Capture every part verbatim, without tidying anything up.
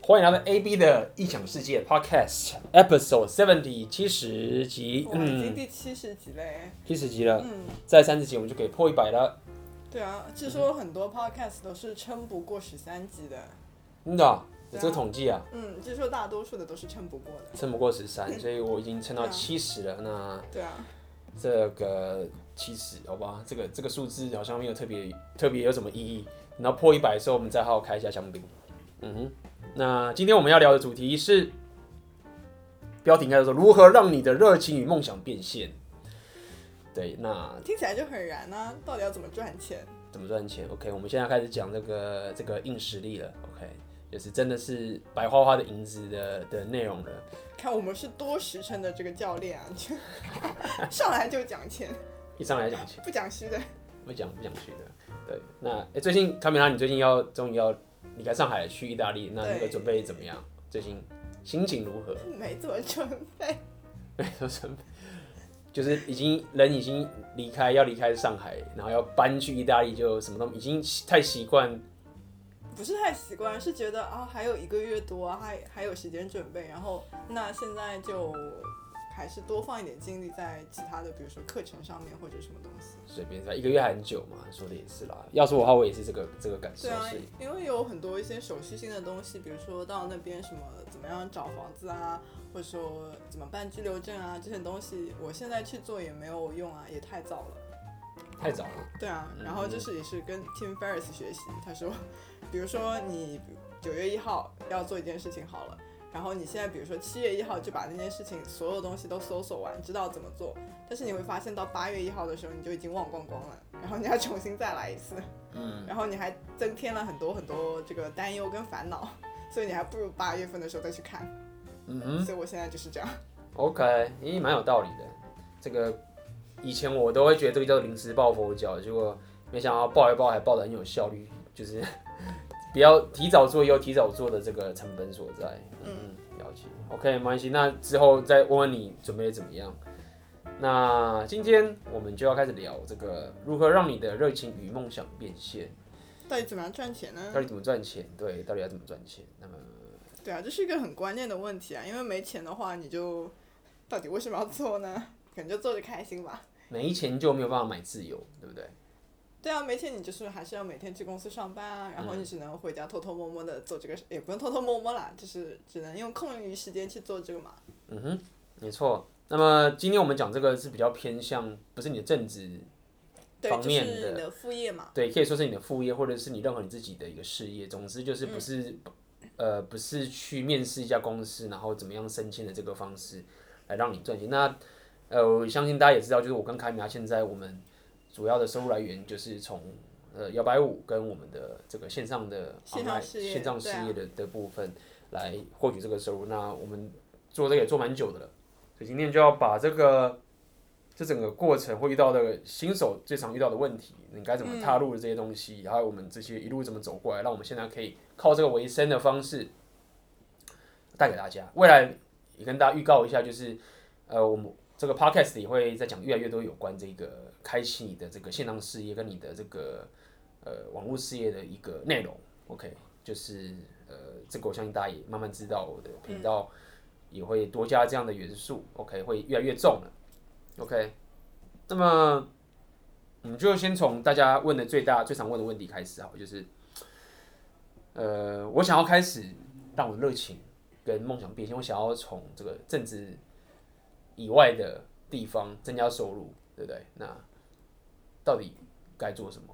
欢迎来到 A B 的异想世界 Podcast Episode seventy 七十集， 哇，已经第七十集嘞， 七十集了， 嗯， 再三十集我们就可以破一百了。 对啊，据说很多 podcast 都是撑不过十三集的， 真的、啊，有对啊这个统计啊， 嗯，据说大多数的都是撑不过的， 撑不过十三，所以我已经撑到对啊七十了。那对啊， 这个七十，好吧，这个这个数字好像没有特别特别有什么意义。然后破一百的时候，我们再好好开一下香槟。嗯哼，那今天我们要聊的主题是，标题应该说如何让你的热情与梦想变现。对，那听起来就很燃啊，到底要怎么赚钱？ 怎么赚钱 ？OK， 我们现在开始讲这个这个硬实力了。OK， 就是真的是白花花的银子的的内容了。 看我们是多实诚的这个教练啊，就上来就讲钱， 一上来讲钱， 不讲虚的。 不讲不讲虚的。对，那哎、欸，最近卡米拉，你最近要终于要离开上海去意大利，那那个准备怎么样？最近心情如何？ 没怎么准备， 没怎么准备，就是已经人已经离开，要离开上海，然后要搬去意大利，就什么都已经太习惯。 不是太习惯，是觉得啊还有一个月多啊，还还有时间准备，然后那现在就还是多放一点精力在其他的，比如说课程上面或者什么东西。 随便一个月还很久嘛，说的也是啦。要是我的话，我也是这个这个感受。 对啊，因为有很多一些手续性的东西，比如说到那边什么怎么样找房子啊，或者说怎么办居留证啊，这些东西我现在去做也没有用啊，也太早了。 太早了。 对啊，然后就是也是跟 Tim Ferriss 学习，他说，比如说你九月一号要做一件事情好了。然后你现在比如说七月一号就把那件事情所有东西都搜索完，知道怎么做，但是你会发现到八月一号的时候你就已经忘光光了，然后你要重新再来一次，嗯，然后你还增添了很多很多这个担忧跟烦恼，所以你还不如八月份的时候再去看，嗯哼，所以我现在就是这样。 OK， 咦，蛮有道理的。这个以前我都会觉得这个叫做临时抱佛脚，结果没想到抱一抱还抱得很有效率，就是不要提早做，也有提早做的这个成本所在。嗯，了解。OK， 没关系。那之后再问问你准备怎么样。那今天我们就要开始聊这个如何让你的热情与梦想变现。 到底怎么样赚钱呢？ 到底怎么赚钱？对，到底要怎么赚钱？那么， 对啊，这是一个很关键的问题啊，因为没钱的话，你就到底为什么要做呢？可能就做着开心吧。 没钱就没有办法买自由，对不对？ 对啊，没钱你就是还是要每天去公司上班啊，然后你只能回家偷偷摸摸的做这个，嗯、也不用偷偷摸摸啦，就是只能用空余时间去做这个嘛。 嗯哼，没错。那么今天我们讲这个是比较偏向不是你的正职方面的， 对，就是你的副业嘛。 对，可以说是你的副业，或者是你任何你自己的一个事业。总之就是不是、嗯、呃不是去面试一家公司，然后怎么样升迁的这个方式来让你赚钱。那呃我相信大家也知道，就是我跟凯米拉现在我们主要的收入来源就是从呃摇摆舞跟我们的这个线上的线上事业线上事业的、 啊、 的部分来获取这个收入。那我们做这个也做蛮久的了，所以今天就要把这个这整个过程会遇到的新手最常遇到的问题，你该怎么踏入这些东西，还有我们这些一路怎么走过来，让我们现在可以靠这个为生的方式带给大家。未来也跟大家预告一下，就是呃我们这个 podcast 也会再讲越来越多有关这个开启你的这个线上事业跟你的这个呃网络事业的一个内容。OK， 就是呃这个我相信大家也慢慢知道，我的频道也会多加这样的元素。OK， 会越来越重了。OK， 那么我们就先从大家问的最大最常问的问题开始好，就是呃我想要开始让我热情跟梦想变现，我想要从这个正职以外的地方增加收入，对不对？那到底该做什么？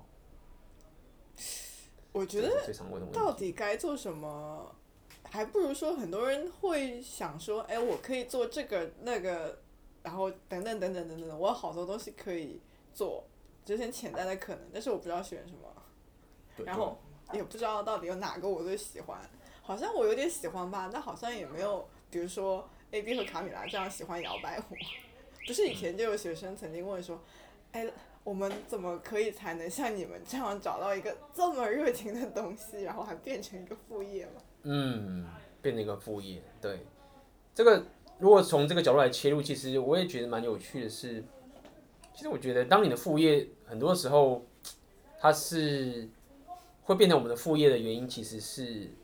我觉得到底该做什么，还不如说很多人会想说，哎，我可以做这个那个，然后等等等等等等，我有好多东西可以做，这些潜在的可能，但是我不知道选什么，然后也不知道到底有哪个我最喜欢。好像我有点喜欢吧，但好像也没有，比如说 A B 和卡米拉这样喜欢摇摆舞。不是以前就有学生曾经问说，哎，我们怎么可以才能像你们这样找到一个这么热情的东西，然后还变成一个副业嘛？ 嗯，变成一个副业，对。这个如果从这个角度来切入，其实我也觉得蛮有趣的是，其实我觉得当你的副业很多时候它是会变成我们的副业的原因，其实是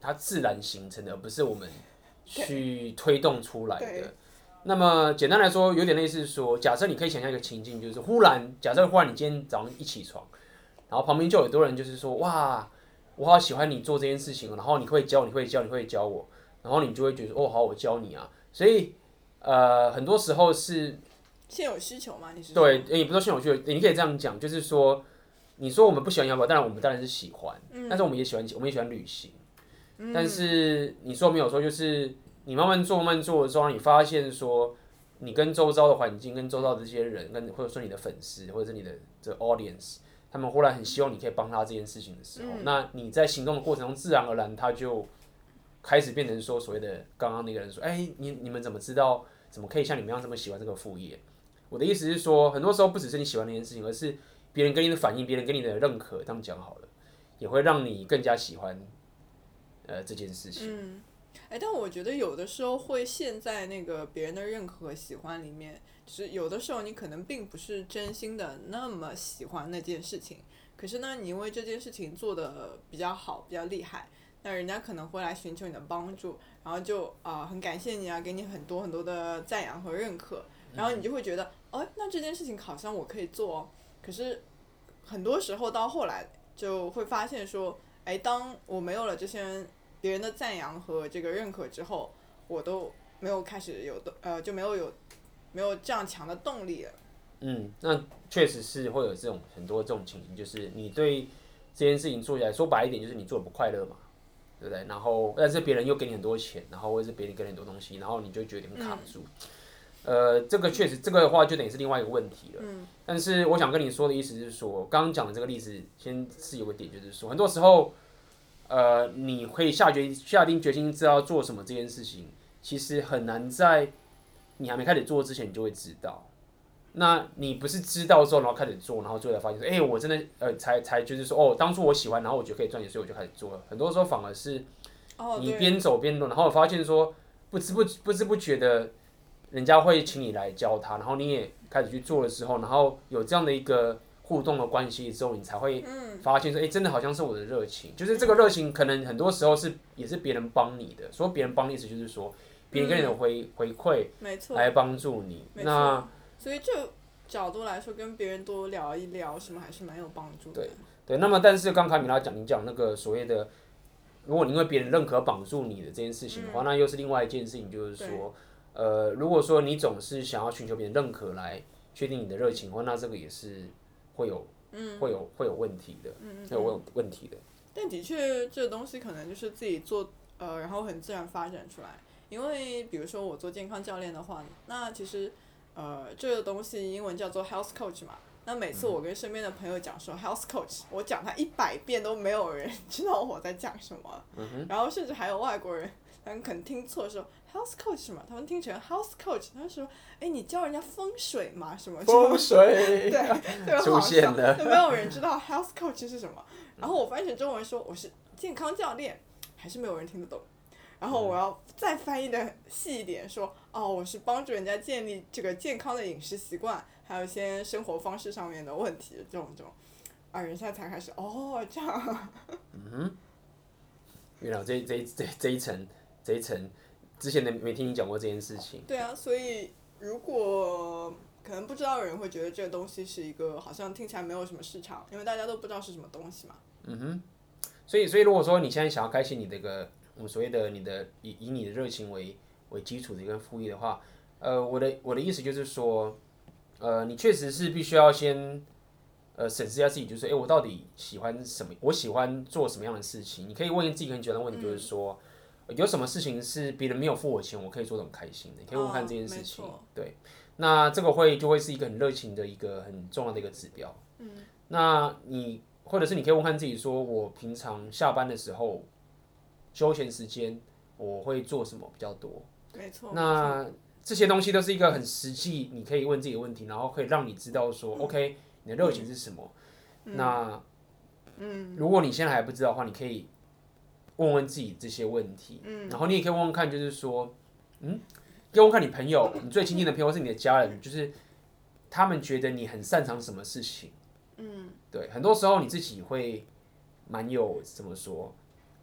它自然形成的，而不是我们去推动出来对的。那么简单来说，有点类似说，假设你可以想象一个情境，就是忽然，假设忽然你今天早上一起床，然后旁边就有很多人就是说，哇，我好喜欢你做这件事情哦，然后你会教，你会教，你会教我，然后你就会觉得哦，好，我教你啊。所以呃，很多时候是现有需求嘛？你是对，也不是说现有需求，你可以这样讲，就是说，你说我们不喜欢摇摆，当然我们当然是喜欢， 嗯、 但是我们也喜欢，我们也喜欢旅行。嗯、但是你说没有说，就是你慢慢做、慢慢做的时候，你发现说，你跟周遭的环境、跟周遭的这些人，跟或者说你的粉丝，或者是你的这 audience，他们忽然很希望你可以帮他这件事情的时候，嗯、那你在行动的过程中，自然而然他就开始变成说所谓的刚刚那个人说，哎、欸，你你们怎么知道，怎么可以像你们一样这么喜欢这个副业？我的意思是说，很多时候不只是你喜欢那件事情，而是别人跟你的反应，别人跟你的认可，这样讲好了，也会让你更加喜欢呃这件事情。 嗯，哎，但我觉得有的时候会陷在那个别人的认可和喜欢里面，就是有的时候你可能并不是真心的那么喜欢那件事情，可是呢，你因为这件事情做得比较好，比较厉害，那人家可能会来寻求你的帮助，然后就啊、呃、很感谢你啊，给你很多很多的赞扬和认可。然后你就会觉得，哦，那这件事情好像我可以做哦。可是很多时候到后来就会发现说，哎，当我没有了这些别人的赞扬和这个认可之后，我都没有开始有的呃就没有有没有这样强的动力了。 嗯，那确实是会有这种很多这种情形，就是你对这件事情做起来，说白一点就是你做的不快乐嘛，对不对？然后但是别人又给你很多钱，然后或者是别人给你很多东西，然后你就觉得有点卡住。嗯呃，这个确实，这个的话就等于是另外一个问题了。嗯。但是我想跟你说的意思是说，刚刚讲的这个例子，先是有个点，就是说，很多时候，呃，你可以下决下定决心知道做什么这件事情，其实很难在你还没开始做之前，你就会知道。那你不是知道之后，然后开始做，然后最后才发现说，哎、欸，我真的呃，才才就是说，哦，当初我喜欢，然后我觉得可以赚钱，所以我就开始做了。很多时候反而是，你边走边弄，然后我发现说，不知不不知不觉的。人家会请你来教他，然后你也开始去做的时候，然后有这样的一个互动的关系之后，你才会发现说，哎、欸，真的好像是我的热情，就是这个热情可能很多时候是也是别人帮你的，说别人帮你意思就是说，别人给你的回、嗯、回馈来帮助你。那所以这角度来说，跟别人多聊一聊，什么还是蛮有帮助的。 对对，那么但是刚卡米拉讲，你讲那个所谓的，如果你因为别人认可绑住你的这件事情的话，嗯、那又是另外一件事情，就是说。呃，如果说你总是想要寻求别人认可来确定你的热情的话，那这个也是会有、嗯、会有会有问题的，嗯、会有问题的。 但的确，这个东西可能就是自己做，呃，然后很自然发展出来。因为比如说我做健康教练的话，那其实，呃，这个东西英文叫做 health coach 嘛。那每次我跟身边的朋友讲说 health coach， 我讲他一百遍都没有人知道我在讲什么，嗯、然后甚至还有外国人。他们可能听错说 house coach 嘛，他们听成 house coach， 他们说，哎，你教人家风水嘛什么？ 风水。 对，对， 出现了。 没有人知道 house coach 是什么。然后我翻译成中文说我是健康教练，还是没有人听得懂。然后我要再翻译的细一点说，哦，我是帮助人家建立这个健康的饮食习惯，还有一些生活方式上面的问题，这种这种，啊，人家才开始哦这样。 嗯哼，原来这这这这一层。这一层之前的没听你讲过这件事情。 对啊，所以如果可能不知道的人会觉得这个东西是一个好像听起来没有什么市场，因为大家都不知道是什么东西嘛。 嗯哼，所以所以如果说你现在想要开启你的一个我们所谓的你的以以你的热情为为基础的一个副业的话，呃，我的我的意思就是说，呃，你确实是必须要先呃审视一下自己，就是哎、欸，我到底喜欢什么？我喜欢做什么样的事情？你可以问自己很简单的问题，就是说。嗯有什么事情是别人没有付我钱，我可以做得很开心的？你可以问看这件事情。哦、对，那这个会就会是一个很热情的一个很重要的一个指标。嗯，那你或者是你可以问看自己说，我平常下班的时候，休闲时间我会做什么比较多？ 没错。 那这些东西都是一个很实际，你可以问自己的问题，然后可以让你知道说、嗯、，OK， 你的热情是什么？嗯、那，嗯，如果你现在还不知道的话，你可以。问问自己这些问题，嗯、然后你也可以问问看，就是说，嗯，可以问看你朋友，你最亲近的朋友或是你的家人，就是他们觉得你很擅长什么事情，嗯，对，很多时候你自己会蛮有怎么说，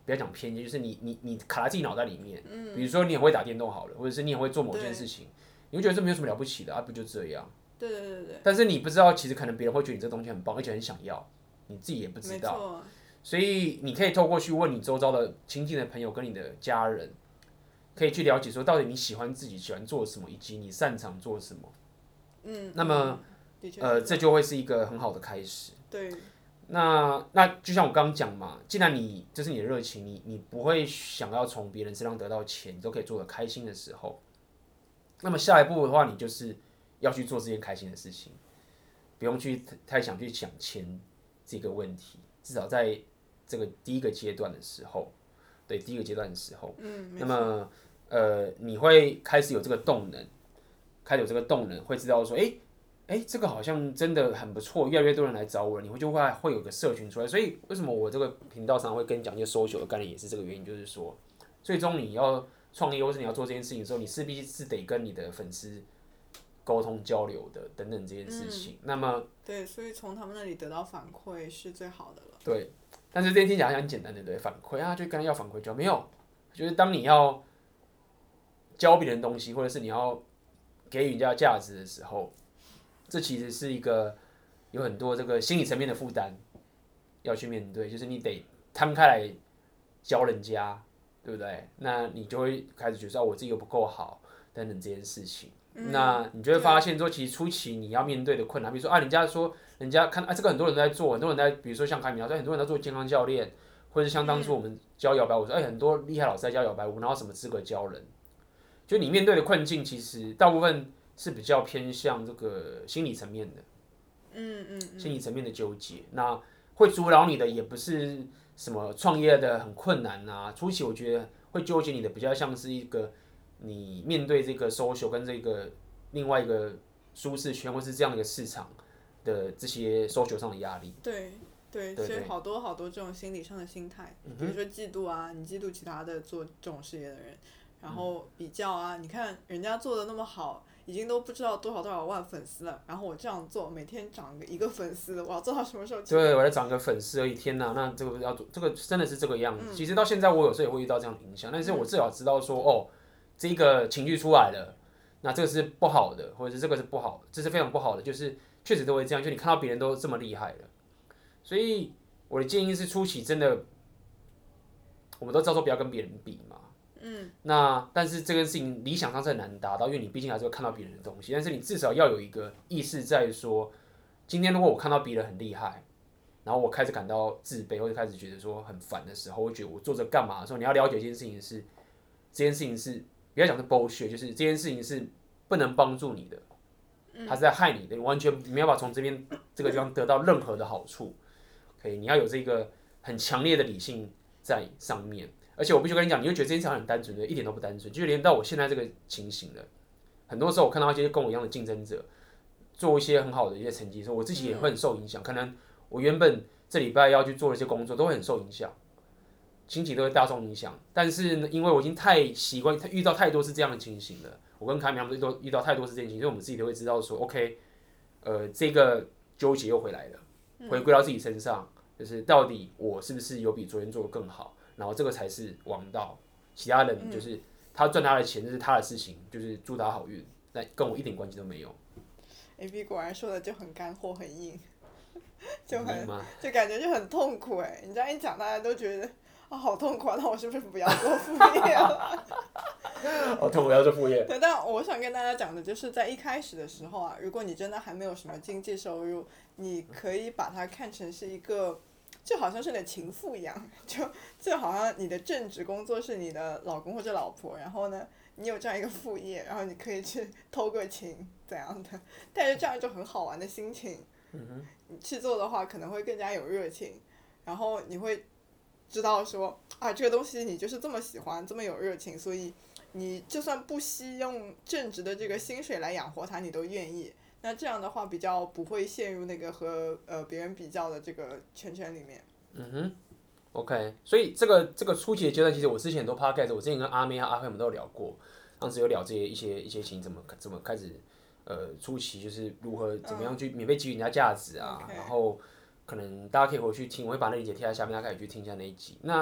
不要讲偏见，就是你你你卡在自己脑袋里面。嗯。比如说你很会打电动好了，或者是你很会做某件事情，你会觉得这没有什么了不起的啊，不就这样？ 对对对对。 但是你不知道，其实可能别人会觉得你这东西很棒，而且很想要，你自己也不知道。所以你可以透过去问你周遭的亲近的朋友跟你的家人，可以去了解说到底你喜欢自己喜欢做什么，以及你擅长做什么。嗯。那么，呃，这就会是一个很好的开始。 对。 那那就像我刚刚讲嘛，既然你这是你的热情，你你不会想要从别人身上得到钱，你都可以做得开心的时候，那么下一步的话，你就是要去做这件开心的事情，不用去太想去想钱这个问题，至少在这个第一个阶段的时候，对第一个阶段的时候，嗯，那么呃，你会开始有这个动能，开始有这个动能，会知道说，哎、欸。哎、欸，这个好像真的很不错，越来越多人来找我了，你会就会会有个社群出来。所以为什么我这个频道常常会跟你讲一些 social 的概念，也是这个原因，就是说，最终你要创业或是你要做这件事情的时候，你势必是得跟你的粉丝沟通交流的等等这件事情。嗯、那么对，所以从他们那里得到反馈是最好的了。 对，但是这件听起来很简单的，对，反馈啊，就跟他要反馈就没有，就是当你要教别人东西，或者是你要给予人家价值的时候。这其实是一个有很多这个心理层面的负担要去面对，就是你得摊开来教人家，对不对？那你就会开始觉得我自己又不够好等等这件事情。嗯、那你就会发现说，其实初期你要面对的困难，比如说啊，人家说人家看啊，这个很多人都在做，很多人在，比如说像凯米老师，很多人在做健康教练，或者像当初我们教摇摆舞，说哎、欸，很多厉害老师在教摇摆舞，然后什么资格教人？就你面对的困境，其实大部分。是比较偏向这个心理层面的，嗯嗯嗯，心理层面的纠结。那会阻挠你的也不是什么创业的很困难啊，初期我觉得会纠结你的比较像是一个你面对这个 social 跟这个另外一个舒适圈或是这样的一个市场的这些 social 上的压力。 对对，其实好多好多这种心理上的心态，比如说嫉妒啊，你嫉妒其他的做这种事业的人，然后比较啊，你看人家做的那么好。已经都不知道多少多少万粉丝了，然后我这样做，每天涨个一个粉丝，我要做到什么时候？ 对，我要涨个粉丝而已，天哪，那这个要做，这个真的是这个样子。嗯、其实到现在，我有时候也会遇到这样的影响，但是我至少知道说，哦，这个情绪出来了，那这个是不好的，或者是这个是不好的，这是非常不好的，就是确实都会这样。就你看到别人都这么厉害了，所以我的建议是，初期真的，我们都知道说不要跟别人比嘛。嗯，那但是这件事情理想上是很难达到，因为你毕竟还是会看到别人的东西。但是你至少要有一个意识在说，今天如果我看到别人很厉害，然后我开始感到自卑，或者开始觉得说很烦的时候，我觉得我做这干嘛的时候，你要了解一件事情是，这件事情是不要讲是 bullshit，就是这件事情是不能帮助你的，它是在害你的，你完全没有办法从这边这个地方得到任何的好处。可以，你要有这个很强烈的理性在上面。而且我必须跟你讲，你会觉得这件事很单纯的，一点都不单纯。就连到我现在这个情形了，很多时候我看到一些跟我一样的竞争者做一些很好的一些成绩的时候，我自己也会很受影响。可能我原本这礼拜要去做一些工作，都会很受影响，心情都会大受影响。但是呢，因为我已经太习惯，遇到太多是这样的情形了。我跟凯米他们都遇到太多是这样的情形，所以我们自己都会知道说 ，OK， 呃，这个纠结又回来了，回归到自己身上，就是到底我是不是有比昨天做的更好？然后这个才是王道，其他人就是他赚他的钱，这是他的事情，就是祝他好运，但跟我一点关系都没有。 A B 果然说的就很干货，很硬，就很就感觉就很痛苦哎！你这样一讲，大家都觉得啊好痛苦啊，那我是不是不要做副业了？ 好痛苦，要做副业。 对，但我想跟大家讲的就是，在一开始的时候啊，如果你真的还没有什么经济收入，你可以把它看成是一个。就好像是你的情妇一样，就就好像你的正职工作是你的老公或者老婆，然后呢，你有这样一个副业，然后你可以去偷个情怎样的，带着这样一种很好玩的心情，嗯、你去做的话可能会更加有热情，然后你会知道说啊这个东西你就是这么喜欢，这么有热情，所以你就算不惜用正职的这个薪水来养活它，你都愿意。那这样的话比较不会陷入那个和呃别人比较的这个圈圈里面。 嗯哼 ，OK， 所以这个这个初期的阶段，其实我之前很多 podcast， 我之前跟阿妹和阿辉我们都有聊过，当时有聊这些一些一些情怎么怎么开始，呃，初期就是如何怎么样去免费给予人家价值啊，嗯、然后可能大家可以回去听，我会把那链接贴在下面，大家可以去听一下那一集。那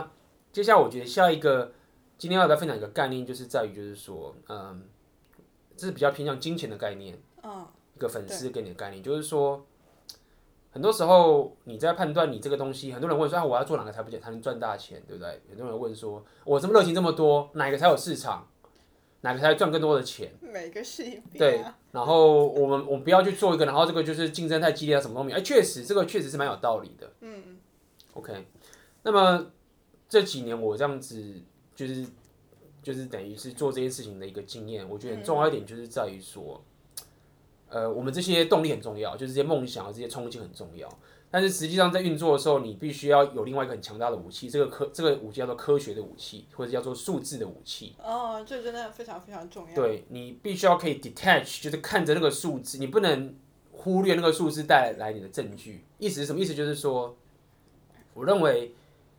接下来我觉得下一个今天要来分享一个概念，就是在于就是说，嗯，这是比较偏向金钱的概念， 嗯， 一个粉丝给你的概念，就是说。很多时候你在判断你这个东西，很多人问说啊，我要做哪个才不才能赚大钱，对不对？很多人问说，我这么热情这么多，哪个才有市场，哪个才赚更多的钱？ 每个是一边、啊。 对，然后我们我们不要去做一个，然后这个就是竞争太激烈啊，什么东西？哎，确实这个确实是蛮有道理的。 嗯 OK，那么这几年我这样子就是就是等于是做这件事情的一个经验，我觉得很重要一点就是在于说。呃，我们这些动力很重要，就是这些梦想啊，这些冲劲很重要。但是实际上在运作的时候，你必须要有另外一个很强大的武器，这个科这个武器叫做科学的武器，或者叫做数字的武器。 哦，这真的非常非常重要。 对，你必须要可以 detach， 就是看着那个数字，你不能忽略那个数字带来你的证据。意思是什么？意思就是说，我认为，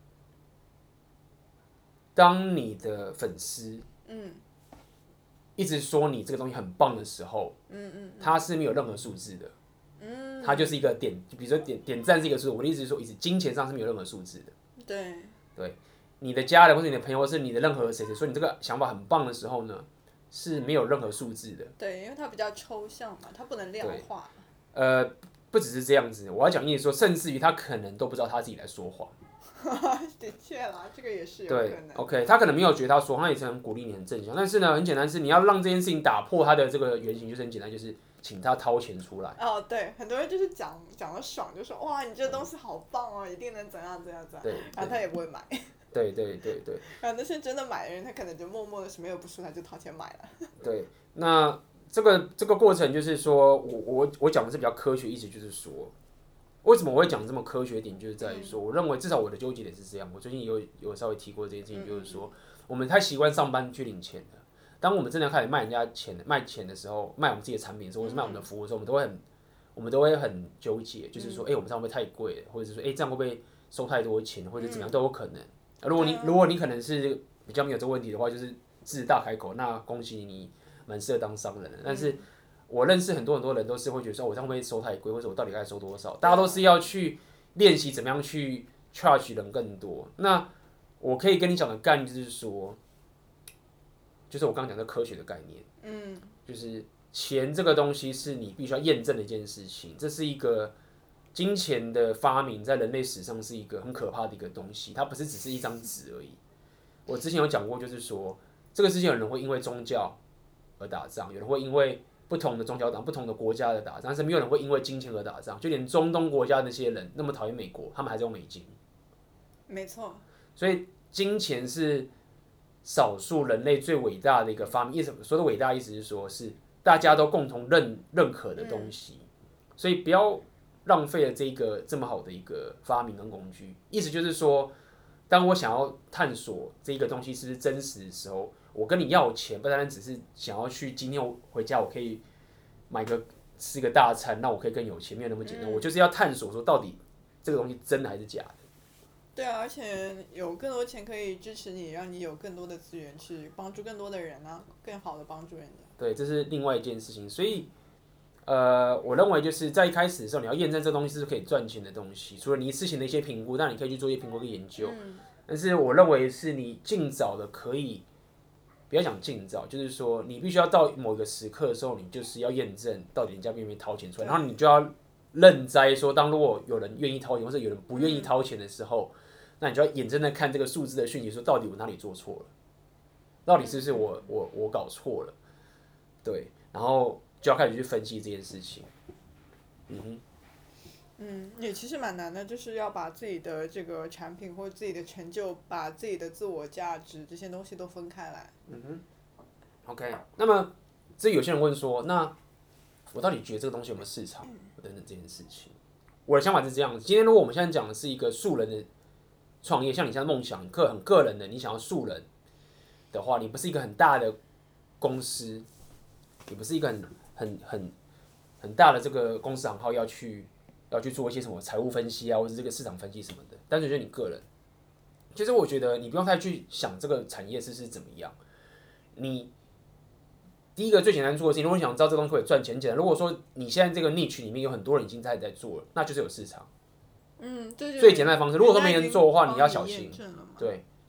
当你的粉丝，嗯。一直说你这个东西很棒的时候，嗯嗯，它是没有任何数字的，嗯，它就是一个点，比如说点点赞是一个数字，我的意思是说，意思金钱上是没有任何数字的， 对， 对，你的家人或者你的朋友或是你的任何谁谁说你这个想法很棒的时候呢，是没有任何数字的， 对，因为它比较抽象嘛，它不能量化， 呃，不只是这样子，我要讲意思说，甚至于他可能都不知道他自己在说谎。 的确啦，这个也是有可能。 对 ，OK， 他可能没有觉得他说，他也是很鼓励你，很正向。但是呢，很简单是你要让这件事情打破他的这个原型，就是很简单，就是请他掏钱出来。 哦，对，很多人就是讲讲的爽，就说哇，你这个东西好棒哦，一定能怎样怎样怎样。 对。 然后他也不会买。 对对对对。 然后那些真的买的人，他可能就默默的什么也不说，他就掏钱买了。 对，那这个这个过程就是说我我我讲的是比较科学，意思就是说。为什么我会讲这么科学点，就是在于说，我认为至少我的纠结点是这样。我最近有有稍微提过这件事情，就是说，我们太习惯上班去领钱了。当我们真的开始卖人家钱、卖钱的时候，卖我们自己的产品的时候，或是卖我们的服务的时候，我们都会很，我们都会很纠结，就是说，哎、欸，我们这样会不会太贵了，或者是说，哎、欸，这样会不会收太多钱，或者怎么样都有可能。如果你如果你可能是比较没有这个问题的话，就是狮子大开口，那恭喜你，蛮适合当商人的。但是我认识很多很多人都是会觉得说，我这样会不会收太贵，或者我到底该收多少？大家都是要去练习怎么样去 charge 人更多。那我可以跟你讲的概念就是说，就是我刚刚讲的科学的概念，嗯，就是钱这个东西是你必须要验证的一件事情，这是一个金钱的发明，在人类史上是一个很可怕的一个东西，它不是只是一张纸而已。我之前有讲过，就是说这个世界有人会因为宗教而打仗，有人会因为不同的宗教党、不同的国家的打仗，但是没有人会因为金钱而打仗。就连中东国家那些人那么讨厌美国，他们还是用美金。 没错。 所以金钱是少数人类最伟大的一个发明。意思说的伟大，意思是说是大家都共同认认可的东西。嗯、所以不要浪费了这个这么好的一个发明跟工具。意思就是说，当我想要探索这个东西是不是真实的时候。我跟你要钱，不单单只是想要去今天我回家我可以买个吃个大餐，那我可以更有钱，没有那么简单。嗯、我就是要探索说到底这个东西真的还是假的。 对啊，而且有更多钱可以支持你，让你有更多的资源去帮助更多的人啊，更好的帮助人的。 对，这是另外一件事情。所以，呃，我认为就是在一开始的时候，你要验证这东西是可以赚钱的东西。除了你事情的一些评估，但你可以去做一些评估跟研究。嗯、但是我认为是你尽早的可以。不要讲尽早，就是说你必须要到某个时刻的时候，你就是要验证到底人家愿不愿意掏钱出来，然后你就要认栽说，当如果有人愿意掏钱，或者有人不愿意掏钱的时候，那你就要眼睁睁看这个数字的讯息，说到底我哪里做错了，到底是不是我我我搞错了，对，然后就要开始去分析这件事情，嗯哼。 嗯，也其实蛮难的，就是要把自己的这个产品或者自己的成就，把自己的自我价值这些东西都分开来。 嗯哼 ，OK， 那么这有些人问说，那我到底觉得这个东西有没有市场等等这件事情？我的想法是这样子，今天如果我们现在讲的是一个素人的创业，像你现在梦想个很个人的，你想要素人的话，你不是一个很大的公司，你不是一个很很很很大的这个公司行号要去。要去做一些什么财务分析啊，或者这个市场分析什么的，单纯就是你个人。其实我觉得你不用太去想这个产业是是怎么样。你第一个最简单做的事情，如果你想知道这个东西可以赚钱，简单。如果说你现在这个 niche 里面有很多人已经在在做了，那就是有市场。 嗯，对。 最简单的方式，如果说没人做的话，你要小心。对，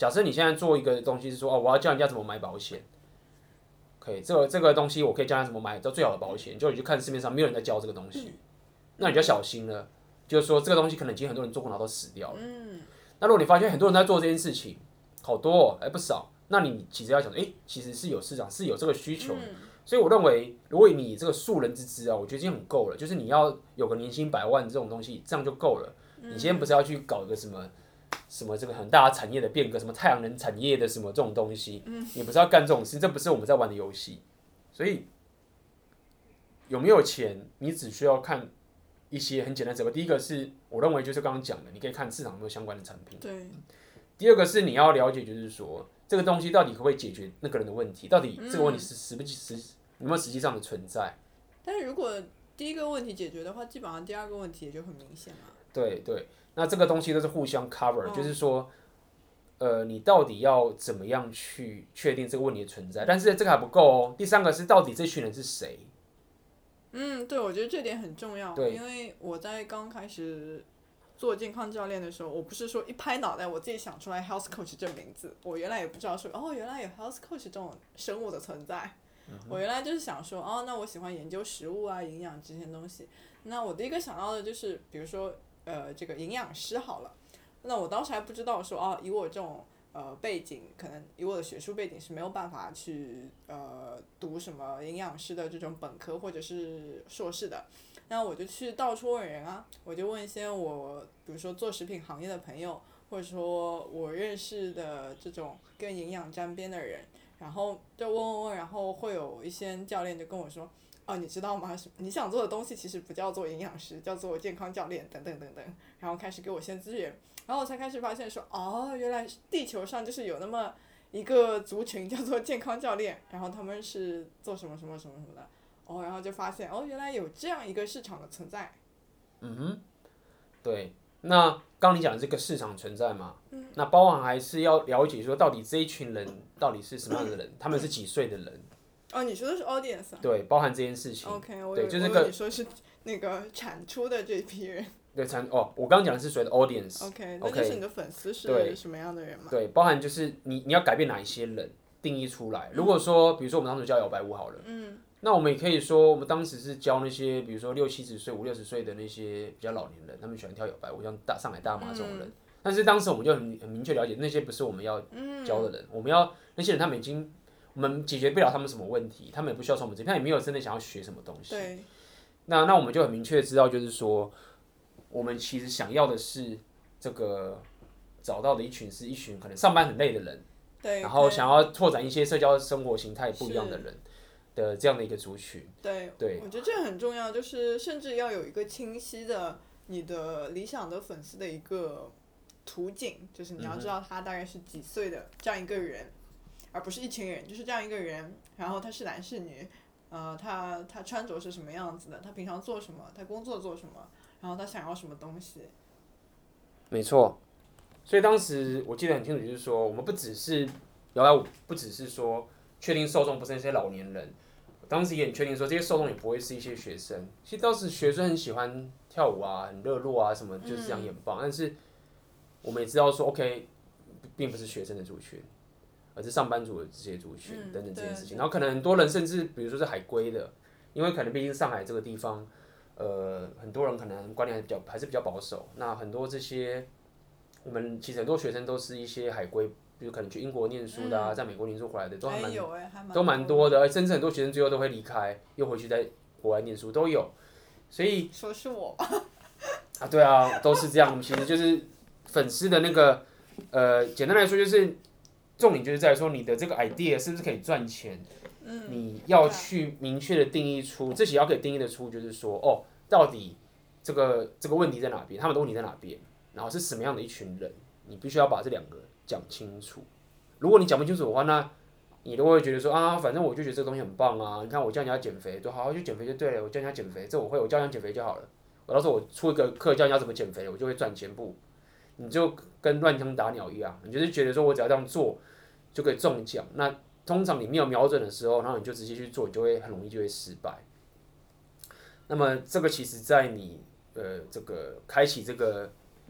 假设你现在做一个东西是说，哦，我要教人家怎么买保险，可以，这个这个东西我可以教他怎么买到最好的保险，就你去看市面上没有人在教这个东西，那你就要小心了。就是说这个东西可能已经很多人做过，然后都死掉了。嗯。那如果你发现很多人在做这件事情，好多哦，还不少，那你其实要想，哎、欸，其实是有市场，是有这个需求的。嗯、所以我认为，如果你这个素人之资啊，我觉得已经很够了。就是你要有个年薪百万这种东西，这样就够了。嗯、你今天不是要去搞一个什么什么这个很大的产业的变革，什么太阳能产业的什么这种东西，嗯、你不是要干这种事，这不是我们在玩的游戏。所以有没有钱，你只需要看一些很简单的指标。第一个是我认为就是刚刚讲的，你可以看市场有没有相关的产品。 对。 第二个是你要了解，就是说这个东西到底可不可以解决那个人的问题，到底这个问题是实不实有没有实际上的存在。 但是如果第一个问题解决的话，基本上第二个问题也就很明显了。 对对，那这个东西都是互相 cover，、哦、就是说，呃，你到底要怎么样去确定这个问题的存在？但是这个还不够哦。第三个是到底这群人是谁？ 嗯，对，我觉得这点很重要，因为我在刚开始做健康教练的时候，我不是说一拍脑袋我自己想出来 health coach 这名字，我原来也不知道说哦，原来有 health coach 这种生物的存在。嗯、我原来就是想说哦，那我喜欢研究食物啊、营养这些东西。那我第一个想到的就是，比如说呃，这个营养师好了。那我当时还不知道说哦，以我这种呃背景，可能以我的学术背景是没有办法去呃读什么营养师的这种本科或者是硕士的。那我就去到处问人啊，我就问一些我比如说做食品行业的朋友，或者说我认识的这种跟营养沾边的人，然后就问问问，然后会有一些教练就跟我说，哦，你知道吗？你想做的东西其实不叫做营养师，叫做健康教练等等等等，然后开始给我一些资源，然后我才开始发现说，哦，原来地球上就是有那么一个族群叫做健康教练，然后他们是做什么什么什么什么的。哦，然后就发现哦，原来有这样一个市场的存在。 嗯哼，对。那刚刚你讲的这个市场存在嘛，嗯、那包含还是要了解说，到底这一群人到底是什么样的人，他们是几岁的人？ 哦，你说的是 audience 啊？ 对，包含这件事情。 OK， 我对，就是个你说是那个产出的这批人。 对，产哦，我刚刚讲的是所谓的 audience。 OK， 那就是你的粉丝是什么样的人嘛？ 对，包含就是你你要改变哪一些人，定义出来。如果说，比如说我们当时教摇摆舞好了，嗯。那我们也可以说，我们当时是教那些，比如说六七十岁、五六十岁的那些比较老年人，他们喜欢跳摇摆舞，像大上海大妈这种人。嗯、但是当时我们就很很明确了解，那些不是我们要教的人。嗯、我们要那些人，他们已经我们解决不了他们什么问题，他们也不需要从我们这边，他也没有真的想要学什么东西。 对。 那那我们就很明确的知道，就是说，我们其实想要的是这个找到的一群是一群可能上班很累的人， 对。 然后想要拓展一些社交生活形态不一样的人。的这样的一个族群， 对， 对， 我觉得这很重要，就是甚至要有一个清晰的你的理想的粉丝的一个途径，就是你要知道他大概是几岁的这样一个人，嗯、而不是一群人，就是这样一个人，然后他是男是女，呃，他他穿着是什么样子的，他平常做什么，他工作做什么，然后他想要什么东西。 没错，所以当时我记得很清楚，就是说我们不只是摇摆舞，不只是说确定受众不是那些老年人。当时也很确定说，这些受众也不会是一些学生。其实当时学生很喜欢跳舞啊，很热络啊，什么就是这样也很棒。嗯、但是我们也知道说 ，OK， 并不是学生的族群，而是上班族的这些族群、嗯、等等这件事情。然后可能很多人甚至比如说是海归的，因为可能毕竟上海这个地方，呃，很多人可能观念还比较还是比较保守。那很多这些我们其实很多学生都是一些海归。比如可能去英国念书的啊，嗯、在美国念书回来的都还蛮、 欸、 都蛮多的，甚至很多学生最后都会离开，又回去在国外念书都有，所以说是我吧， 啊，对啊，都是这样。其实就是粉丝的那个，呃，简单来说就是重点就是在说你的这个 idea 是不是可以赚钱，嗯、你要去明确的定义出，这些要可以定义得出，就是说哦，到底这个这个问题在哪边，他们的问题在哪边，然后是什么样的一群人，你必须要把这两个讲清楚。如果你讲不清楚的话，那你都会觉得说啊，反正我就觉得这个东西很棒啊。你看我教人家减肥，就好好去减肥就对了。我教人家减肥，这我会，我教人家减肥就好了。我到时候我出一个课教人家怎么减肥，我就会赚钱不？你就跟乱枪打鸟一样，你就是觉得说我只要这样做就可以中奖。那通常你没有瞄准的时候，然后你就直接去做，你就会很容易就会失败。那么这个其实在你呃这个开启这个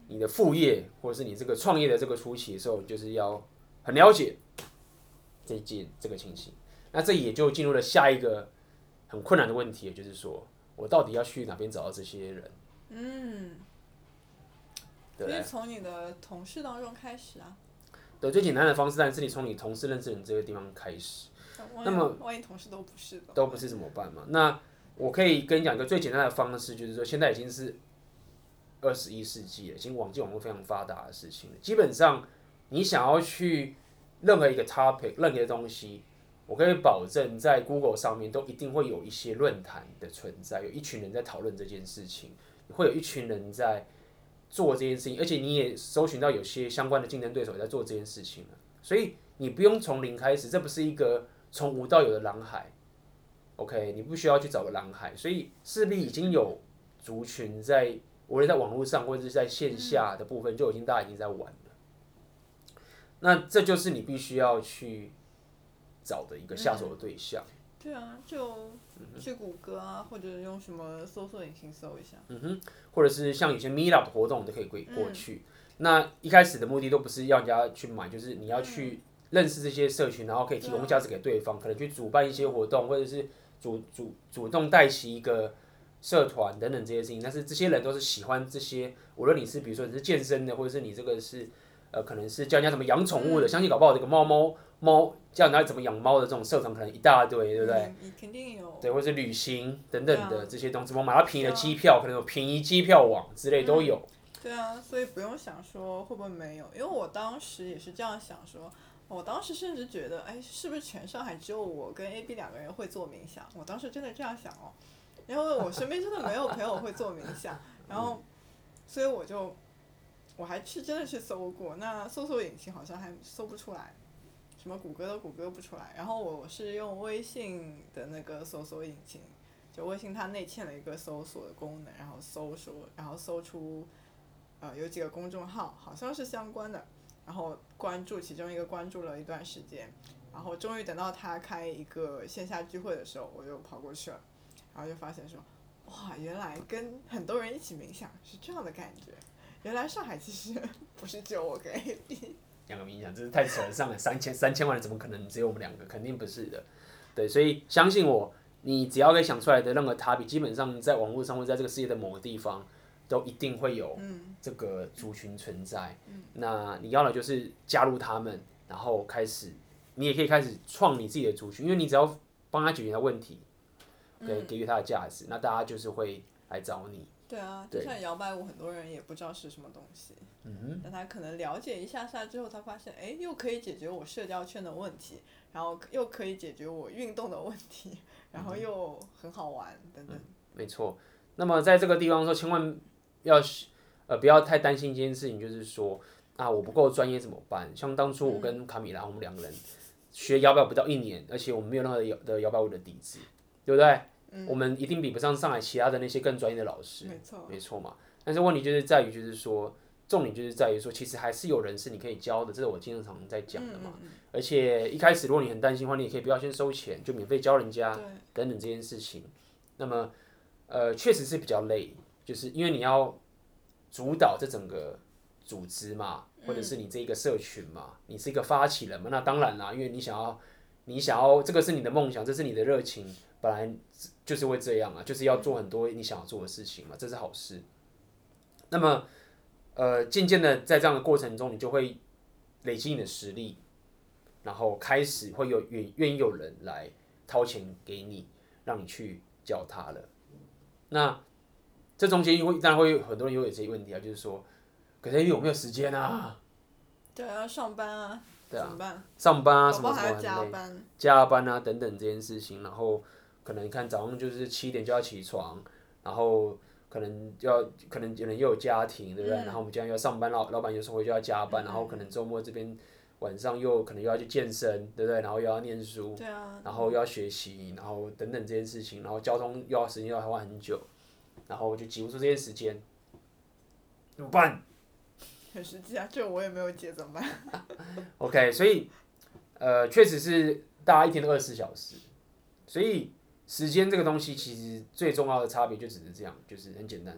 你的副业或者是你这个创业的这个初期的时候，就是要很了解这一件这个情形。那这也就进入了下一个很困难的问题，也就是说我到底要去哪边找到这些人？ 嗯， 对不对？ 可以从你的同事当中开始啊。 对，最简单的方式当然是你从你同事认识人这个地方开始。那么万一同事都不是的， 都不是怎么办嘛？那我可以跟你讲一个最简单的方式，就是说现在已经是二十一世纪了，已经网际网络非常发达的事情了。基本上你想要去任何一个 topic，任何一个东西，我可以保证在 Google 上面都一定会有一些论坛的存在，有一群人在讨论这件事情，会有一群人在做这件事情，而且你也搜寻到有些相关的竞争对手也在做这件事情了，所以你不用从零开始，这不是一个从无到有的蓝海。OK， 你不需要去找个蓝海，所以势必已经有族群在，无论在网络上或者是在线下的部分，就已经大家已经在玩了。那这就是你必须要去找的一个下手的对象。 嗯、对啊，就去谷歌啊，或者用什么搜索引擎搜一下。 嗯哼，或者是像有些 Meetup 的活动，你都可以过过去。嗯、那一开始的目的都不是要人家去买，就是你要去认识这些社群，然后可以提供价值给对方，可能去主办一些活动，或者是主主主动带起一个社团等等这些事情。但是这些人都是喜欢这些，无论你是比如说你是健身的，或者是你这个是呃可能是教人家怎么养宠物的，相信搞不好这个猫猫猫教人家怎么养猫的这种社团可能一大堆，对不对？ 你肯定有。 对，或是旅行等等的这些东西，怎么买到便宜的机票，可能有便宜机票网之类都有。 对啊，所以不用想说会不会没有，因为我当时也是这样想说。我当时甚至觉得，哎，是不是全上海只有我跟 A B 两个人会做冥想？我当时真的这样想哦，因为我身边真的没有朋友会做冥想，然后，所以我就，我还是真的去搜过，那搜索引擎好像还搜不出来，什么谷歌都谷歌不出来，然后我是用微信的那个搜索引擎，就微信它内嵌了一个搜索的功能，然后搜索，然后搜出，呃，有几个公众号好像是相关的。然后关注其中一个关注了一段时间，然后终于等到他开一个线下聚会的时候，我就跑过去了，然后就发现说，哇，原来跟很多人一起冥想是这样的感觉，原来上海其实不是只有我跟 A B 两个冥想，这是太扯了，上海三千三千万人怎么可能只有我们两个？肯定不是的，对，所以相信我，你只要可以想出来的任何 topic，基本上在网络上或在这个世界的某个地方。都一定会有这个族群存在，嗯、那你要的就是加入他们，然后开始，你也可以开始创你自己的族群，因为你只要帮他解决他问题，给给予他的价值，那大家就是会来找你。 对啊，就像摇摆舞，很多人也不知道是什么东西，嗯、但他可能了解一下下之后，他发现，哎，又可以解决我社交圈的问题，然后又可以解决我运动的问题，然后又很好玩等等。 嗯、没错，那么在这个地方说，千万。要呃不要太担心这件事情，就是说啊我不够专业怎么办？像当初我跟卡米拉，我们两个人学摇摆舞不到一年，而且我们没有任何的摇的摇摆舞的底子，对不对？嗯、我们一定比不上上海其他的那些更专业的老师， 没错， 没错嘛。但是问题就是在于，就是说重点就是在于说，其实还是有人是你可以教的，这是我经常在讲的嘛。嗯嗯嗯而且一开始如果你很担心的话，你也可以不要先收钱，就免费教人家等等这件事情。那么呃确实是比较累。就是因为你要主导这整个组织嘛，或者是你这一个社群嘛，你是一个发起人嘛，那当然啦，因为你想要，你想要这个是你的梦想，这是你的热情，本来就是会这样啊，就是要做很多你想要做的事情嘛，这是好事。那么，呃，渐渐的在这样的过程中，你就会累积你的实力，然后开始会有愿愿意有人来掏钱给你，让你去教他了。那这中间会当然会有很多人有这些问题啊，就是说，可是有没有时间啊？ 对啊，上班啊， 对啊， 怎么办？ 上班啊，什么什么很累，加班， 加班啊等等这件事情，然后可能你看早上就是七点就要起床，然后可能要可能有人又有家庭，对不对？嗯、然后我们今天要上班，老老板有时候回去要加班，嗯、然后可能周末这边晚上又可能又要去健身，对不对？然后又要念书， 对啊， 然后又要学习，然后等等这件事情，然后交通又要时间又要花很久。然后就挤不出这些时间，怎么办？ 很实际啊，这我也没有解，怎么办 ？OK， 所以呃，确实是大家一天都二十四小时，所以时间这个东西其实最重要的差别就只是这样，就是很简单，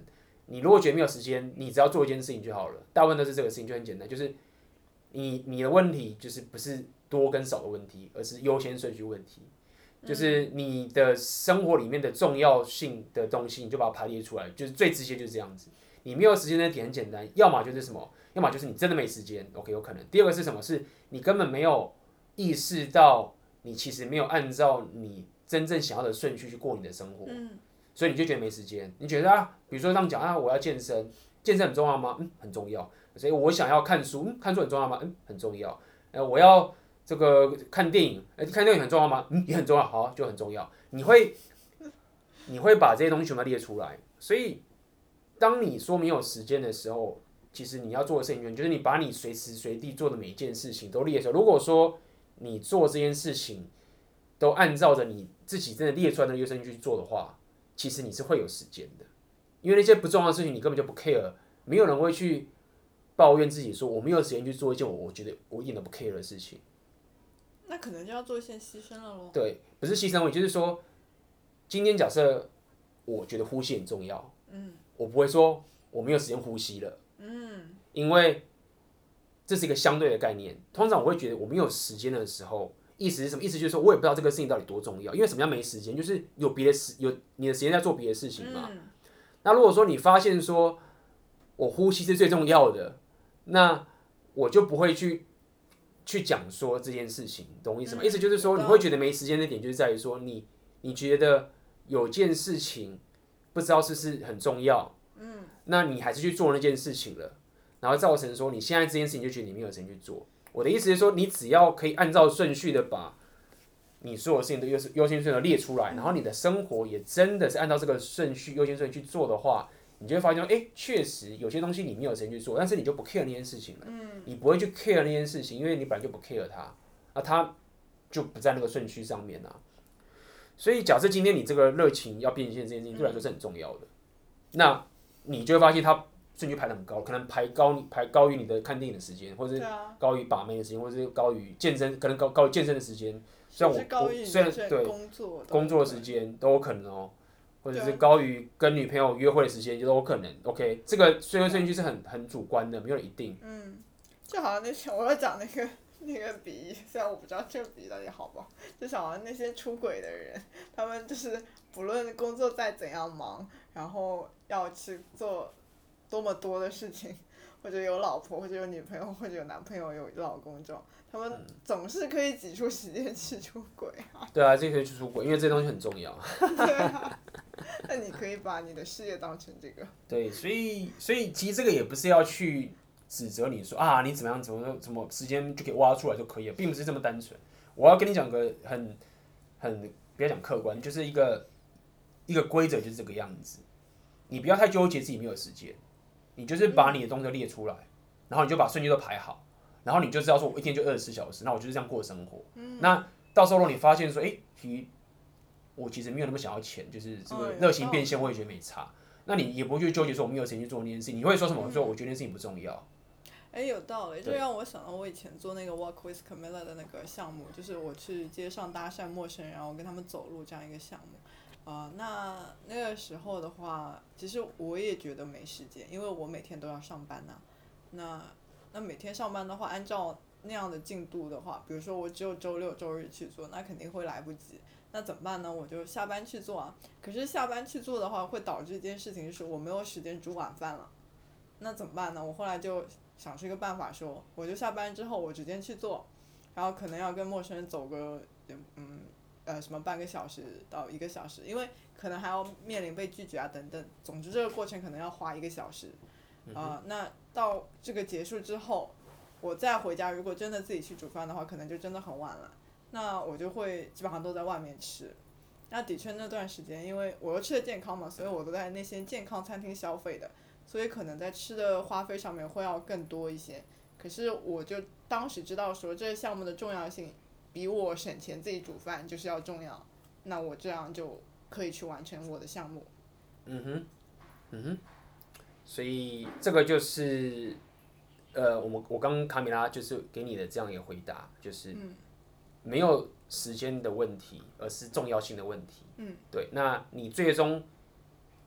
你如果觉得没有时间，你只要做一件事情就好了。大部分都是这个事情，就很简单，就是你你的问题就是不是多跟少的问题，而是优先顺序问题。就是你的生活里面的重要性的东西，你就把它排列出来，就是最直接就是这样子。你没有时间的点很简单，要么就是什么，要么就是你真的没时间 ，OK 有可能。第二个是什么？是你根本没有意识到，你其实没有按照你真正想要的顺序去过你的生活。所以你就觉得没时间，你觉得啊，比如说这样讲啊，我要健身，健身很重要吗？嗯，很重要。所以我想要看书，嗯，看书很重要吗？嗯，很重要。呃，我要这个看电影，呃，看电影很重要吗？嗯，也很重要，好，就很重要。你会，你会把这些东西全部列出来。所以，当你说没有时间的时候，其实你要做的事情就是你把你随时随地做的每一件事情都列出来。如果说你做这件事情都按照着你自己真的列出来的优先去做的话，其实你是会有时间的，因为那些不重要的事情你根本就不 care，没有人会去抱怨自己说我没有时间去做一件我我觉得我一点都不 care 的事情。 那可能就要做一些牺牲了咯。 对，不是牺牲，我就是说，今天假设我觉得呼吸很重要，嗯，我不会说我没有时间呼吸了，嗯，因为这是一个相对的概念。通常我会觉得我没有时间的时候。意思是什么？意思就是说我也不知道这个事情到底多重要，因为什么叫没时间？就是有别的时有你的时间在做别的事情嘛。嗯、那如果说你发现说我呼吸是最重要的，那我就不会去去讲说这件事情，懂我意思吗？嗯、意思就是说你会觉得没时间的点，就是在于说你你觉得有件事情不知道是不是很重要，嗯，那你还是去做那件事情了，然后造成说你现在这件事情就觉得你没有时间去做。我的意思是说，你只要可以按照顺序的把你所有事情的优优先顺序列出来，然后你的生活也真的是按照这个顺序优先顺序去做的话，你就会发现，哎，确实有些东西你没有时间去做，但是你就不 care 那件事情了，你不会去 care 那件事情，因为你本来就不 care 它，那它就不在那个顺序上面啊。所以，假设今天你这个热情要变现这件事情对你来说是很重要的，那你就会发现它。顺序排得很高，可能排高排高于你的看电影的时间，或者是高于把妹的时间，或者是高于健身，可能高高于健身的时间。虽然我我虽然对工作的时间都有可能哦，或者是高于跟女朋友约会的时间都有可能。OK， 这个顺序顺序是很很主观的，没有一定。 嗯，就好像那些我要讲那个那个比喻，虽然我不知道这个比喻到底好不好，就好像那些出轨的人，他们就是不论工作再怎样忙，然后要去做。多么多的事情，或者有老婆，或者有女朋友，或者有男朋友，有老公这种，他们总是可以挤出时间去出轨啊。 对啊，这个可以去出轨，因为这东西很重要。 对啊，那你可以把你的事业当成这个。 对，所以所以其实这个也不是要去指责你说啊，你怎么样怎么怎么时间就可以挖出来就可以了，并不是这么单纯。我要跟你讲个很很不要讲客观，就是一个一个规则就是这个样子，你不要太纠结自己没有时间。你就是把你的东西都列出来，然后你就把顺序都排好，然后你就知道说，我一天就二十四小时，那我就是这样过生活。嗯、那到时候你发现说，哎、欸，其实我其实没有那么想要钱，就是这个热情变现，我也觉得没差。那你也不会去纠结说我没有时间去做那件事情，你会说什么？说我觉得那件事情不重要。 哎、欸，有道理，这让我想到我以前做那个 Walk with Camilla 的那个项目，就是我去街上搭讪陌生人，然后跟他们走路这样一个项目。啊、呃，那那个时候的话，其实我也觉得没时间，因为我每天都要上班呐、啊。那那每天上班的话，按照那样的进度的话，比如说我只有周六周日去做，那肯定会来不及。那怎么办呢？我就下班去做啊。可是下班去做的话，会导致一件事情是我没有时间煮晚饭了。那怎么办呢？我后来就想出一个办法说，说我就下班之后我直接去做，然后可能要跟陌生人走个嗯。呃，什么半个小时到一个小时，因为可能还要面临被拒绝啊等等，总之这个过程可能要花一个小时，啊、呃，那到这个结束之后，我再回家，如果真的自己去煮饭的话，可能就真的很晚了，那我就会基本上都在外面吃。那的确那段时间，因为我又吃的健康嘛，所以我都在那些健康餐厅消费的，所以可能在吃的花费上面会要更多一些。可是我就当时知道说这个项目的重要性。比我省钱自己煮饭就是要重要，那我这样就可以去完成我的项目。 嗯哼，嗯哼，所以这个就是呃，我们我刚刚卡米拉就是给你的这样一个回答，就是没有时间的问题，而是重要性的问题。嗯，对，那你最终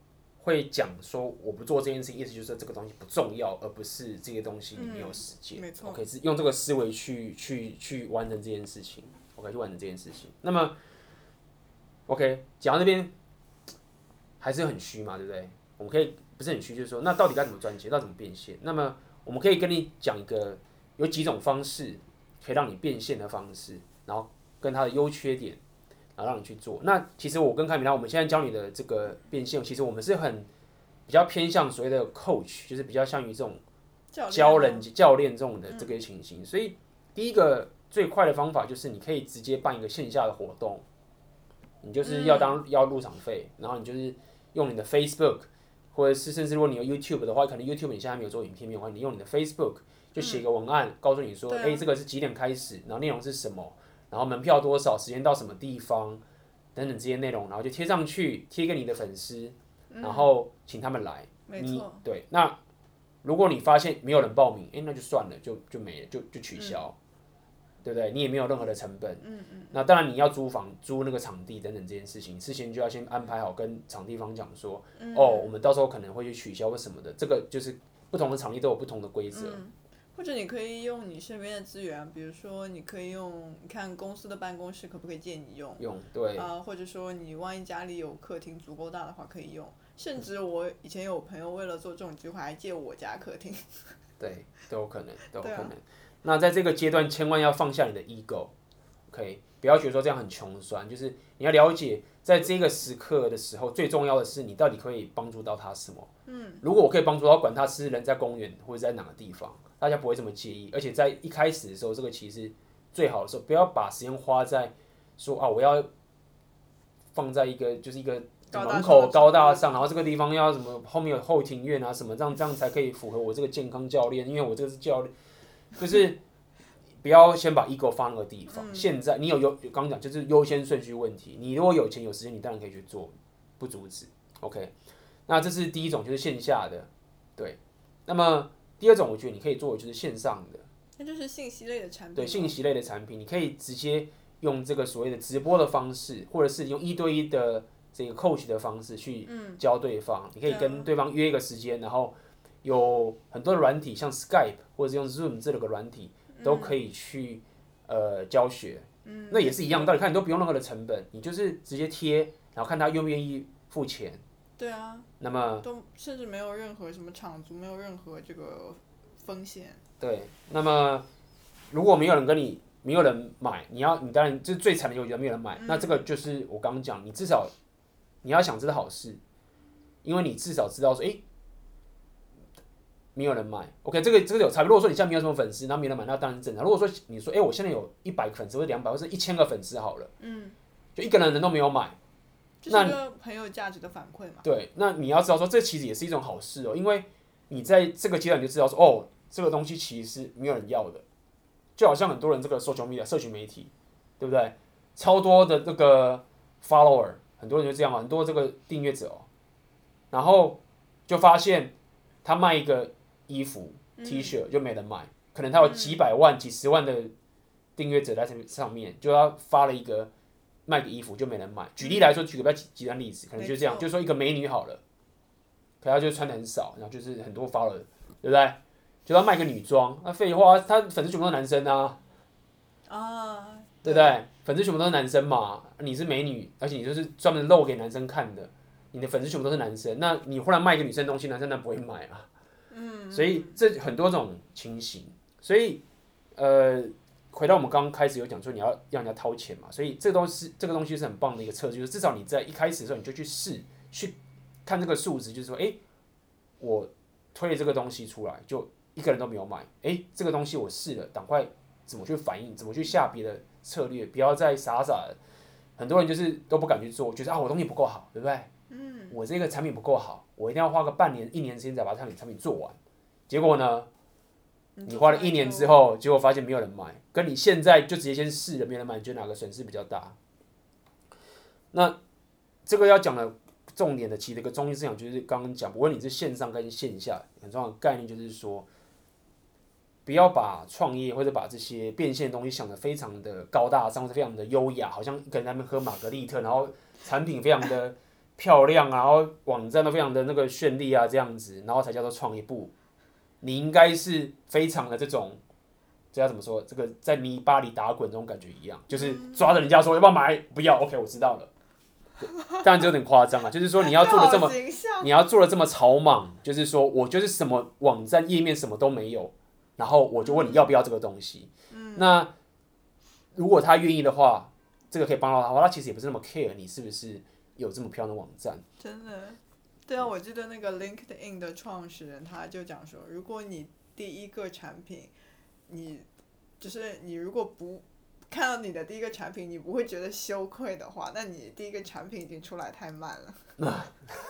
会讲说我不做这件事情，意思就是这个东西不重要，而不是这些东西你没有时间。 嗯、没错。 OK， 是用这个思维去去去完成这件事情。OK， 去完成这件事情。那么 OK， 讲到这边还是很虚嘛，对不对？我们可以不是很虚，就是说那到底该怎么赚钱，到底怎么变现？那么我们可以跟你讲一个有几种方式可以让你变现的方式，然后跟它的优缺点。然后让你去做。那其实我跟凯米拉，我们现在教你的这个变现，其实我们是很比较偏向所谓的 coach， 就是比较像于这种教人教练这种的这个情形。所以第一个最快的方法就是你可以直接办一个线下的活动，你就是要当要入场费，然后你就是用你的 Facebook， 或者是甚至如果你有 YouTube 的话，可能 YouTube 你现在没有做影片没有关系，你用你的 Facebook 就写个文案，告诉你说，哎、这个是几点开始，然后内容是什么。然后门票多少，时间到什么地方，等等这些内容，然后就贴上去，贴给你的粉丝，然后请他们来。 没错。 对，那如果你发现没有人报名，哎，那就算了，就就没了，就就取消，嗯、对不对？你也没有任何的成本。嗯嗯。那当然你要租房、租那个场地等等这件事情，事先就要先安排好，跟场地方讲说，嗯、哦，我们到时候可能会去取消或什么的。这个就是不同的场地都有不同的规则。 嗯，或者你可以用你身边的资源，比如说你可以用，你看公司的办公室可不可以借你用？ 用，对。 啊、呃，或者说你万一家里有客厅足够大的话可以用，甚至我以前有朋友为了做这种计划还借我家客厅。 对，都有可能，都有可能。 啊、 那在这个阶段，千万要放下你的 ego，OK， 不要觉得说这样很穷酸，就是你要了解，在这个时刻的时候，最重要的是你到底可以帮助到他什么。嗯，如果我可以帮助到，管他是人在公园或者在哪个地方。大家不会这么介意，而且在一开始的时候，这个其实最好的时候，不要把时间花在说啊，我要放在一个就是一个门口高大上，然后这个地方要什么后面有后庭院啊什么，这样这样才可以符合我这个健康教练，因为我这个是教练，就是不要先把 ego 放那个地方。嗯、现在你有有刚刚讲就是优先顺序问题，你如果有钱有时间，你当然可以去做，不阻止。OK， 那这是第一种，就是线下的，对，那么。第二种，我觉得你可以做的就是线上的， 那就是信息类的产品。 对，信息类的产品，你可以直接用这个所谓的直播的方式，或者是用一对一的这个 coach 的方式去教对方。嗯、你可以跟对方约一个时间，然后有很多的软体，像 Skype 或者是用 Zoom 这个软体，都可以去呃教学。嗯、那也是一样道理，看你都不用任何的成本，你就是直接贴，然后看他愿不愿意付钱。 对啊， 那么都甚至没有任何什么场租，没有任何这个风险。 对，那么如果没有人跟你，没有人买，你要你当然这最惨的有觉得没有人买，嗯、那这个就是我刚刚讲，你至少你要想这是好事，因为你至少知道说，哎、欸，没有人买 ，OK， 这个这个有差别。如果说你现在没有什么粉丝，然后没人买，那当然是正常。如果说你说，哎、欸，我现在有一百个粉丝，或者两百，或者一千个粉丝好了，嗯，就一个人人都没有买。 就是一个很有价值的反馈嘛。 对，那你要知道说，这其实也是一种好事哦，因为你在这个阶段你就知道说，哦，这个东西其实是没有人要的，就好像很多人这个 social media 社群媒体，对不对？超多的这个 follower， 很多人就这样，很多这个订阅者哦，然后就发现他卖一个衣服、嗯、T 恤就没人买，可能他有几百万、嗯、几十万的订阅者在上面，就他发了一个。卖个衣服就没人买。举例来说，举个比较极端例子，可能就这样，就是说一个美女好了，可她就穿的很少，然后就是很多 follower， 对不对？就她卖个女装，那废话，她粉丝全部都是男生啊，啊，对不对？粉丝全部都是男生嘛，你是美女，而且你就是专门露给男生看的，你的粉丝全部都是男生，那你忽然卖一个女生的东西，男生当然不会买啊。嗯，所以这很多种情形，所以呃。回到我们刚刚开始有讲说你要让人家掏钱嘛，所以这个东西这个东西是很棒的一个策略，就是至少你在一开始的时候你就去试，去看这个数值，就是说，哎，我推了这个东西出来，就一个人都没有买，哎，这个东西我试了，赶快怎么去反应，怎么去下别的策略，不要再傻傻的，很多人就是都不敢去做，觉得啊我东西不够好，对不对？嗯，我这个产品不够好，我一定要花个半年一年时间才把产品产品做完，结果呢？你花了一年之后，结果发现没有人买，跟你现在就直接先试了没人买，你觉得哪个损失比较大？那这个要讲的重点的，其实一个中心思想就是刚刚讲，无论你是线上跟线下，很重要的概念就是说，不要把创业或者把这些变现的东西想得非常的高大上，或者非常的优雅，好像一个人在那边喝玛格丽特，然后产品非常的漂亮啊，然后网站都非常的那个绚丽啊，这样子，然后才叫做创业部。你应该是非常的这种，这要怎么说？这个在泥巴里打滚这种感觉一样，就是抓着人家说要不要买，不要 ，OK， 我知道了。当然这有点夸张啊，就是说你要做的这么，你要做的这么草莽，就是说我就是什么网站页面什么都没有，然后我就问你要不要这个东西。嗯、那如果他愿意的话，这个可以帮到他的话，他其实也不是那么 care 你是不是有这么漂亮的网站。 真的，对啊，我记得那个 LinkedIn 的创始人他就讲说，如果你第一个产品，你就是你如果不看到你的第一个产品，你不会觉得羞愧的话，那你第一个产品已经出来太慢了。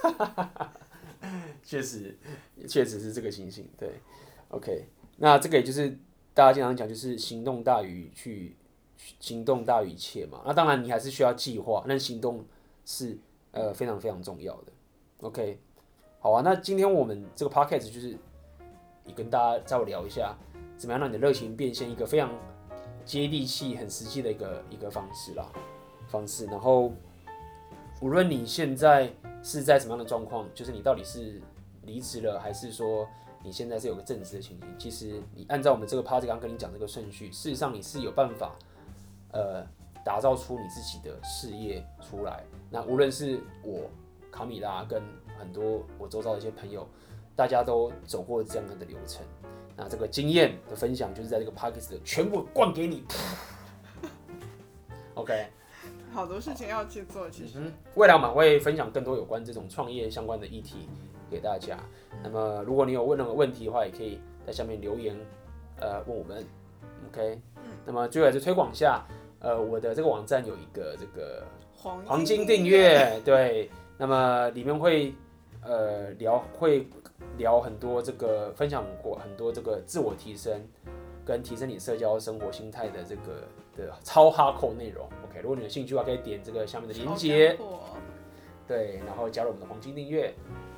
确实，确实是这个情形。对 ，OK， 那这个也就是大家经常讲，就是行动大于去，行动大于一切嘛。那当然你还是需要计划，但行动是呃非常非常重要的。OK， 好啊，那今天我们这个 podcast 就是也跟大家稍微聊一下，怎么样让你的热情变现一个非常接地气、很实际的一个一个方式啦，方式。然后，无论你现在是在什么样的状况，就是你到底是离职了，还是说你现在是有个正职的情形，其实你按照我们这个 podcast 刚刚跟你讲这个顺序，事实上你是有办法，呃，打造出你自己的事业出来。那无论是我卡米拉跟很多我周遭的一些朋友，大家都走过这样的流程。那这个经验的分享就是在这个 podcast 的全部灌给你。OK， 好多事情要去做，其实。 嗯、未来我们会分享更多有关这种创业相关的议题给大家。嗯、那么如果你有问任何问题的话，也可以在下面留言，呃，问我们。OK，、嗯、那么最后还是推广一下，呃，我的这个网站有一个这个黄金订阅，对，那么里面会呃聊会。聊很多这个分享过很多这个自我提升跟提升你社交生活心态的这个的超哈扣内容。OK， 如果你有兴趣的话，可以点这个下面的链接，对，然后加入我们的黄金订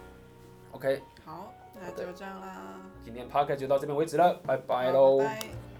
阅。OK， 好，那就这样啦。 今天 Podcast 就到这边为止了，拜拜喽。 拜拜。